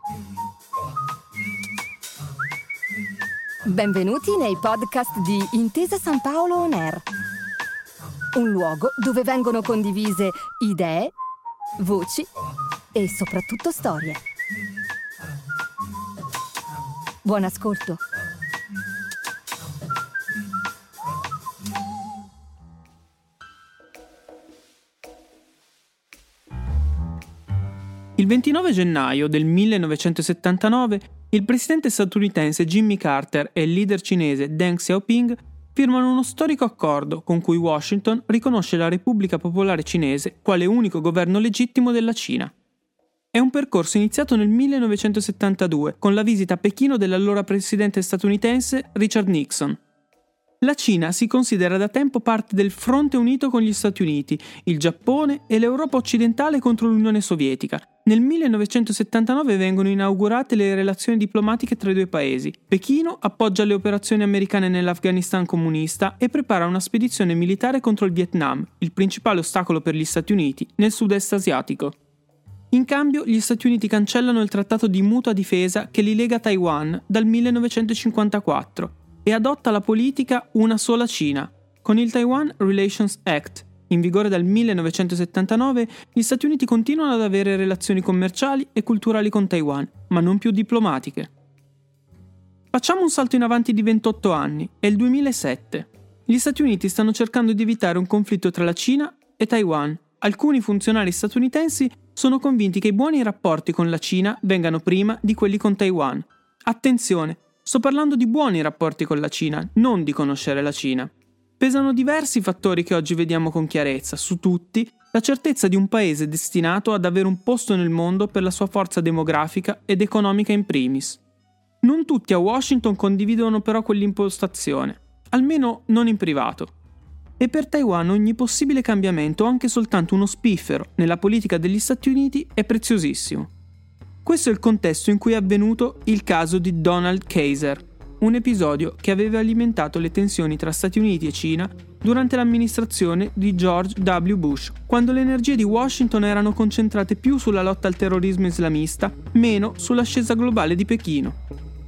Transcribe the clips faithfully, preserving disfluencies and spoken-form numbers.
Benvenuti nei podcast di Intesa San Paolo On Air, un luogo dove vengono condivise idee, voci e soprattutto storie. Buon ascolto. Il ventinove gennaio del millenovecentosettantanove il presidente statunitense Jimmy Carter e il leader cinese Deng Xiaoping firmano uno storico accordo con cui Washington riconosce la Repubblica Popolare Cinese quale unico governo legittimo della Cina. È un percorso iniziato nel millenovecentosettantadue con la visita a Pechino dell'allora presidente statunitense Richard Nixon. La Cina si considera da tempo parte del fronte unito con gli Stati Uniti, il Giappone e l'Europa occidentale contro l'Unione Sovietica. Nel millenovecentosettantanove vengono inaugurate le relazioni diplomatiche tra i due paesi. Pechino appoggia le operazioni americane nell'Afghanistan comunista e prepara una spedizione militare contro il Vietnam, il principale ostacolo per gli Stati Uniti, nel sud-est asiatico. In cambio, gli Stati Uniti cancellano il trattato di mutua difesa che li lega a Taiwan dal millenovecentocinquantaquattro e adotta la politica una sola Cina, con il Taiwan Relations Act. In vigore dal millenovecentosettantanove, gli Stati Uniti continuano ad avere relazioni commerciali e culturali con Taiwan, ma non più diplomatiche. Facciamo un salto in avanti di ventotto anni, è il duemilasette. Gli Stati Uniti stanno cercando di evitare un conflitto tra la Cina e Taiwan. Alcuni funzionari statunitensi sono convinti che i buoni rapporti con la Cina vengano prima di quelli con Taiwan. Attenzione, sto parlando di buoni rapporti con la Cina, non di conoscere la Cina. Pesano diversi fattori che oggi vediamo con chiarezza, su tutti la certezza di un paese destinato ad avere un posto nel mondo per la sua forza demografica ed economica in primis. Non tutti a Washington condividono però quell'impostazione, almeno non in privato. E per Taiwan ogni possibile cambiamento, anche soltanto uno spiffero, nella politica degli Stati Uniti è preziosissimo. Questo è il contesto in cui è avvenuto il caso di Donald Kaiser, un episodio che aveva alimentato le tensioni tra Stati Uniti e Cina durante l'amministrazione di George W. Bush, quando le energie di Washington erano concentrate più sulla lotta al terrorismo islamista, meno sull'ascesa globale di Pechino.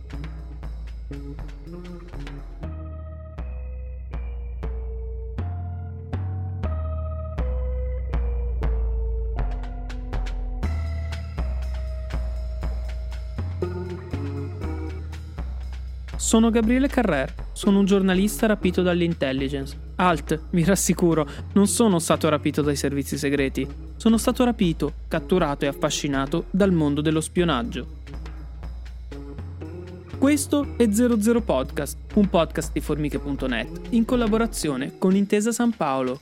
Sono Gabriele Carrer, sono un giornalista rapito dall'intelligence. Alt, vi rassicuro, non sono stato rapito dai servizi segreti. Sono stato rapito, catturato e affascinato dal mondo dello spionaggio. Questo è zero zero Podcast, un podcast di formiche punto net, in collaborazione con Intesa San Paolo.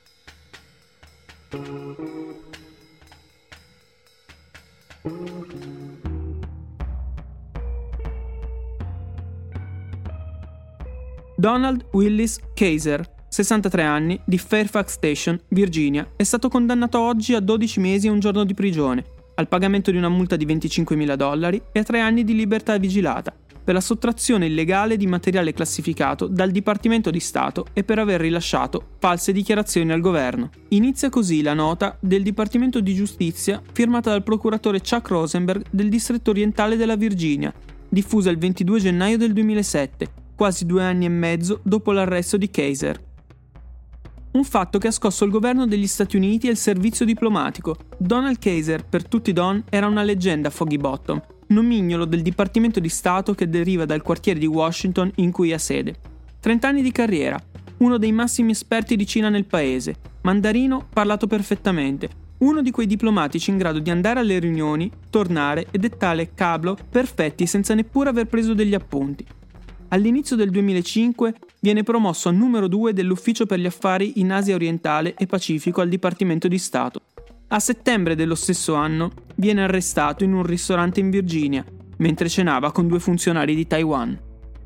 Donald Willis Kaiser, sessantatré anni, di Fairfax Station, Virginia, è stato condannato oggi a dodici mesi e un giorno di prigione, al pagamento di una multa di venticinquemila dollari e a tre anni di libertà vigilata, per la sottrazione illegale di materiale classificato dal Dipartimento di Stato e per aver rilasciato false dichiarazioni al governo. Inizia così la nota del Dipartimento di Giustizia firmata dal procuratore Chuck Rosenberg del distretto orientale della Virginia, diffusa il ventidue gennaio del duemilasette, quasi due anni e mezzo dopo l'arresto di Kaiser. Un fatto che ha scosso il governo degli Stati Uniti e il servizio diplomatico. Donald Kaiser, per tutti Don, era una leggenda a Foggy Bottom, nomignolo del Dipartimento di Stato che deriva dal quartiere di Washington in cui ha sede. trent'anni di carriera, uno dei massimi esperti di Cina nel paese, mandarino parlato perfettamente, uno di quei diplomatici in grado di andare alle riunioni, tornare e dettare cablo perfetti senza neppure aver preso degli appunti. All'inizio del duemilacinque viene promosso a numero due dell'Ufficio per gli Affari in Asia Orientale e Pacifico al Dipartimento di Stato. A settembre dello stesso anno viene arrestato in un ristorante in Virginia, mentre cenava con due funzionari di Taiwan.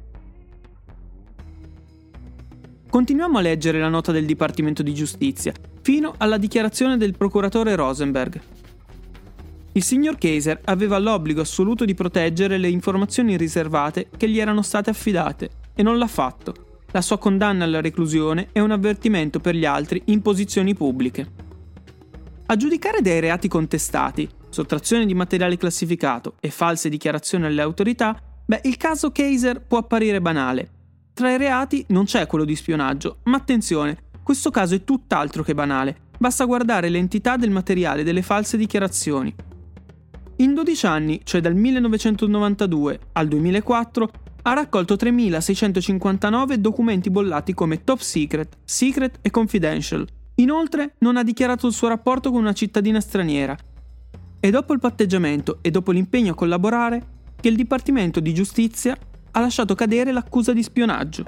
Continuiamo a leggere la nota del Dipartimento di Giustizia, fino alla dichiarazione del procuratore Rosenberg. Il signor Kaiser aveva l'obbligo assoluto di proteggere le informazioni riservate che gli erano state affidate, e non l'ha fatto. La sua condanna alla reclusione è un avvertimento per gli altri in posizioni pubbliche. A giudicare dai reati contestati, sottrazione di materiale classificato e false dichiarazioni alle autorità, beh, il caso Kayser può apparire banale. Tra i reati non c'è quello di spionaggio, ma attenzione, questo caso è tutt'altro che banale, basta guardare l'entità del materiale delle false dichiarazioni. In dodici anni, cioè dal millenovecentonovantadue al duemilaquattro, ha raccolto tremilaseicentocinquantanove documenti bollati come top secret, secret e confidential. Inoltre non ha dichiarato il suo rapporto con una cittadina straniera. E dopo il patteggiamento e dopo l'impegno a collaborare, che il Dipartimento di Giustizia ha lasciato cadere l'accusa di spionaggio.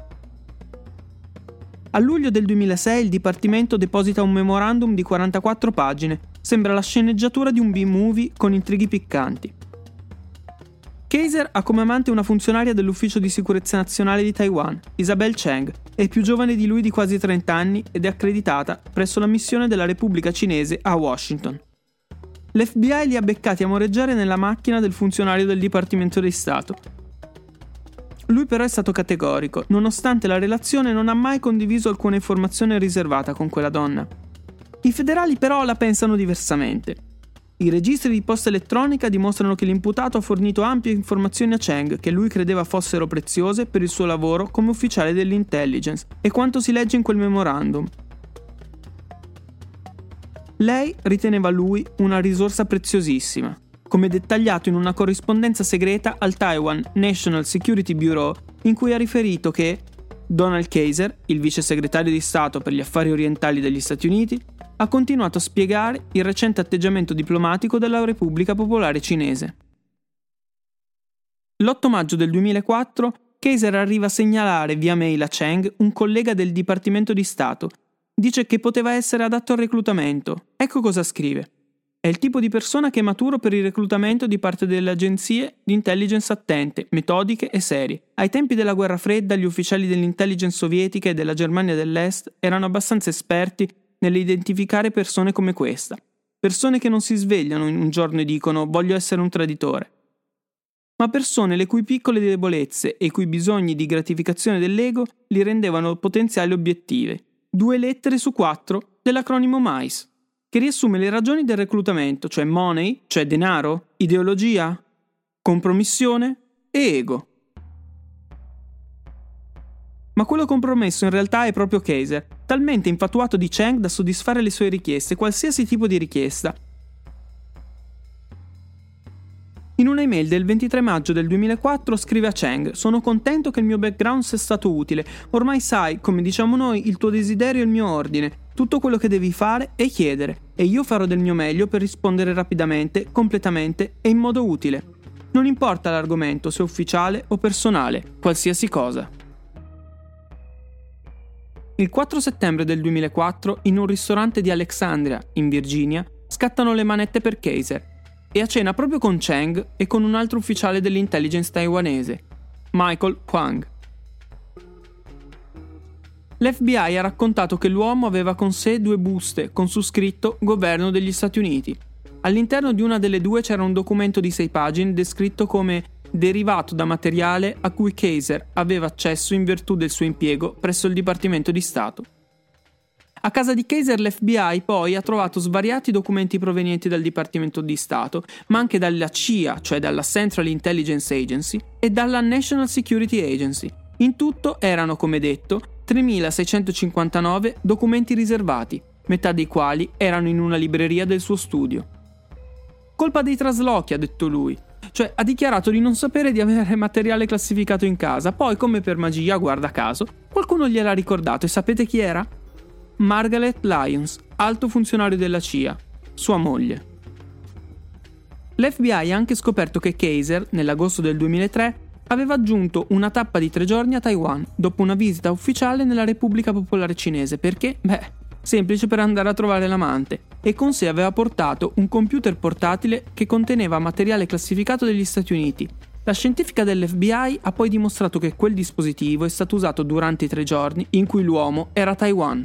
A luglio del duemilasei il Dipartimento deposita un memorandum di quarantaquattro pagine, sembra la sceneggiatura di un B-movie con intrighi piccanti. Kayser ha come amante una funzionaria dell'Ufficio di Sicurezza Nazionale di Taiwan, Isabel Cheng, è più giovane di lui di quasi trenta anni ed è accreditata presso la missione della Repubblica Cinese a Washington. L'F B I li ha beccati a moreggiare nella macchina del funzionario del Dipartimento di Stato. Lui però è stato categorico, nonostante la relazione non ha mai condiviso alcuna informazione riservata con quella donna. I federali però la pensano diversamente. I registri di posta elettronica dimostrano che l'imputato ha fornito ampie informazioni a Cheng che lui credeva fossero preziose per il suo lavoro come ufficiale dell'intelligence e quanto si legge in quel memorandum. Lei riteneva lui una risorsa preziosissima, come dettagliato in una corrispondenza segreta al Taiwan National Security Bureau in cui ha riferito che Donald Kayser, il vice segretario di Stato per gli affari orientali degli Stati Uniti, ha continuato a spiegare il recente atteggiamento diplomatico della Repubblica Popolare Cinese. L'otto maggio del duemilaquattro, Kayser arriva a segnalare via mail a Cheng un collega del Dipartimento di Stato. Dice che poteva essere adatto al reclutamento. Ecco cosa scrive. È il tipo di persona che è maturo per il reclutamento di parte delle agenzie di intelligence attente, metodiche e serie. Ai tempi della guerra fredda gli ufficiali dell'intelligence sovietica e della Germania dell'Est erano abbastanza esperti nell'identificare persone come questa. Persone che non si svegliano in un giorno e dicono voglio essere un traditore. Ma persone le cui piccole debolezze e i cui bisogni di gratificazione dell'ego li rendevano potenziali obiettivi. Due lettere su quattro dell'acronimo MICE, che riassume le ragioni del reclutamento, cioè money, cioè denaro, ideologia, compromissione e ego. Ma quello compromesso in realtà è proprio Kayser, talmente infatuato di Cheng da soddisfare le sue richieste, qualsiasi tipo di richiesta. In una email del ventitré maggio del duemilaquattro scrive a Cheng: sono contento che il mio background sia stato utile, ormai sai, come diciamo noi, il tuo desiderio è il mio ordine, tutto quello che devi fare è chiedere, e io farò del mio meglio per rispondere rapidamente, completamente e in modo utile. Non importa l'argomento, se ufficiale o personale, qualsiasi cosa. Il quattro settembre del duemilaquattro, in un ristorante di Alexandria, in Virginia, scattano le manette per Kayser, e a cena proprio con Cheng e con un altro ufficiale dell'intelligence taiwanese, Michael Huang. L'F B I ha raccontato che l'uomo aveva con sé due buste con su scritto Governo degli Stati Uniti. All'interno di una delle due c'era un documento di sei pagine descritto come derivato da materiale a cui Kayser aveva accesso in virtù del suo impiego presso il Dipartimento di Stato. A casa di Kayser l'F B I poi ha trovato svariati documenti provenienti dal Dipartimento di Stato, ma anche dalla C I A, cioè dalla Central Intelligence Agency, e dalla National Security Agency. In tutto erano, come detto, tremilaseicentocinquantanove documenti riservati, metà dei quali erano in una libreria del suo studio. Colpa dei traslochi, ha detto lui. Cioè, ha dichiarato di non sapere di avere materiale classificato in casa, poi, come per magia, guarda caso, qualcuno gliel'ha ricordato e sapete chi era? Margaret Lyons, alto funzionario della C I A, sua moglie. L'F B I ha anche scoperto che Kayser, nell'agosto del duemilatré, aveva aggiunto una tappa di tre giorni a Taiwan, dopo una visita ufficiale nella Repubblica Popolare Cinese, perché? Beh, semplice, per andare a trovare l'amante, e con sé aveva portato un computer portatile che conteneva materiale classificato degli Stati Uniti. La scientifica dell'F B I ha poi dimostrato che quel dispositivo è stato usato durante i tre giorni in cui l'uomo era a Taiwan.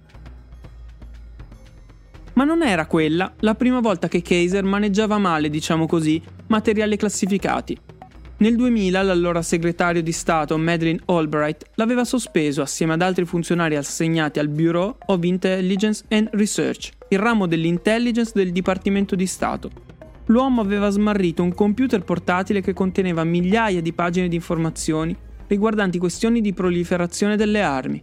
Ma non era quella la prima volta che Kayser maneggiava male, diciamo così, materiali classificati. Nel duemila l'allora segretario di Stato Madeleine Albright l'aveva sospeso assieme ad altri funzionari assegnati al Bureau of Intelligence and Research, il ramo dell'intelligence del Dipartimento di Stato. l'uomo aveva smarrito un computer portatile che conteneva migliaia di pagine di informazioni riguardanti questioni di proliferazione delle armi.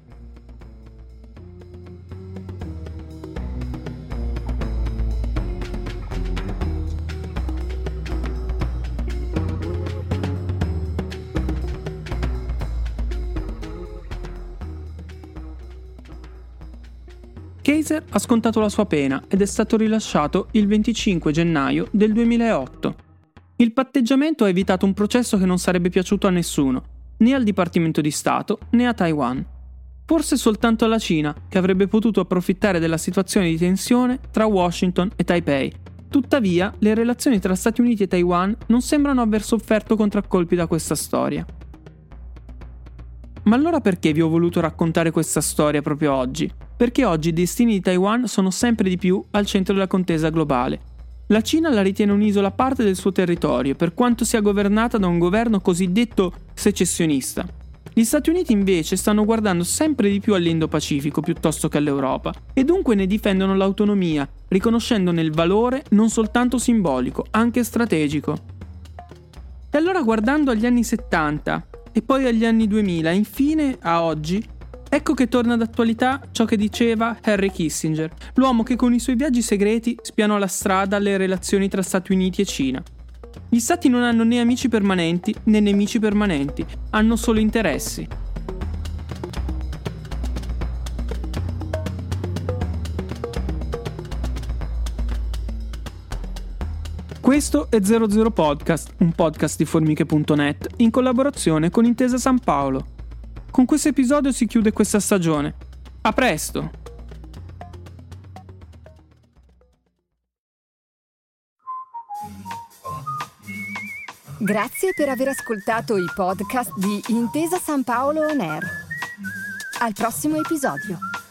Kaiser ha scontato la sua pena ed è stato rilasciato il venticinque gennaio del duemilaotto. Il patteggiamento ha evitato un processo che non sarebbe piaciuto a nessuno, né al Dipartimento di Stato né a Taiwan. Forse soltanto alla Cina, che avrebbe potuto approfittare della situazione di tensione tra Washington e Taipei. Tuttavia, le relazioni tra Stati Uniti e Taiwan non sembrano aver sofferto contraccolpi da questa storia. Ma allora perché vi ho voluto raccontare questa storia proprio oggi? Perché oggi i destini di Taiwan sono sempre di più al centro della contesa globale. La Cina la ritiene un'isola a parte del suo territorio, per quanto sia governata da un governo cosiddetto secessionista. Gli Stati Uniti invece stanno guardando sempre di più all'Indo-Pacifico piuttosto che all'Europa, e dunque ne difendono l'autonomia, riconoscendone il valore non soltanto simbolico, anche strategico. E allora, guardando agli anni settanta e poi agli anni duemila e infine a oggi, ecco che torna d'attualità ciò che diceva Henry Kissinger, l'uomo che con i suoi viaggi segreti spianò la strada alle relazioni tra Stati Uniti e Cina. Gli stati non hanno né amici permanenti né nemici permanenti, hanno solo interessi. Questo è zero zero Podcast, un podcast di formiche punto net in collaborazione con Intesa San Paolo. Con questo episodio si chiude questa stagione. A presto! Grazie per aver ascoltato i podcast di Intesa San Paolo On Air. Al prossimo episodio.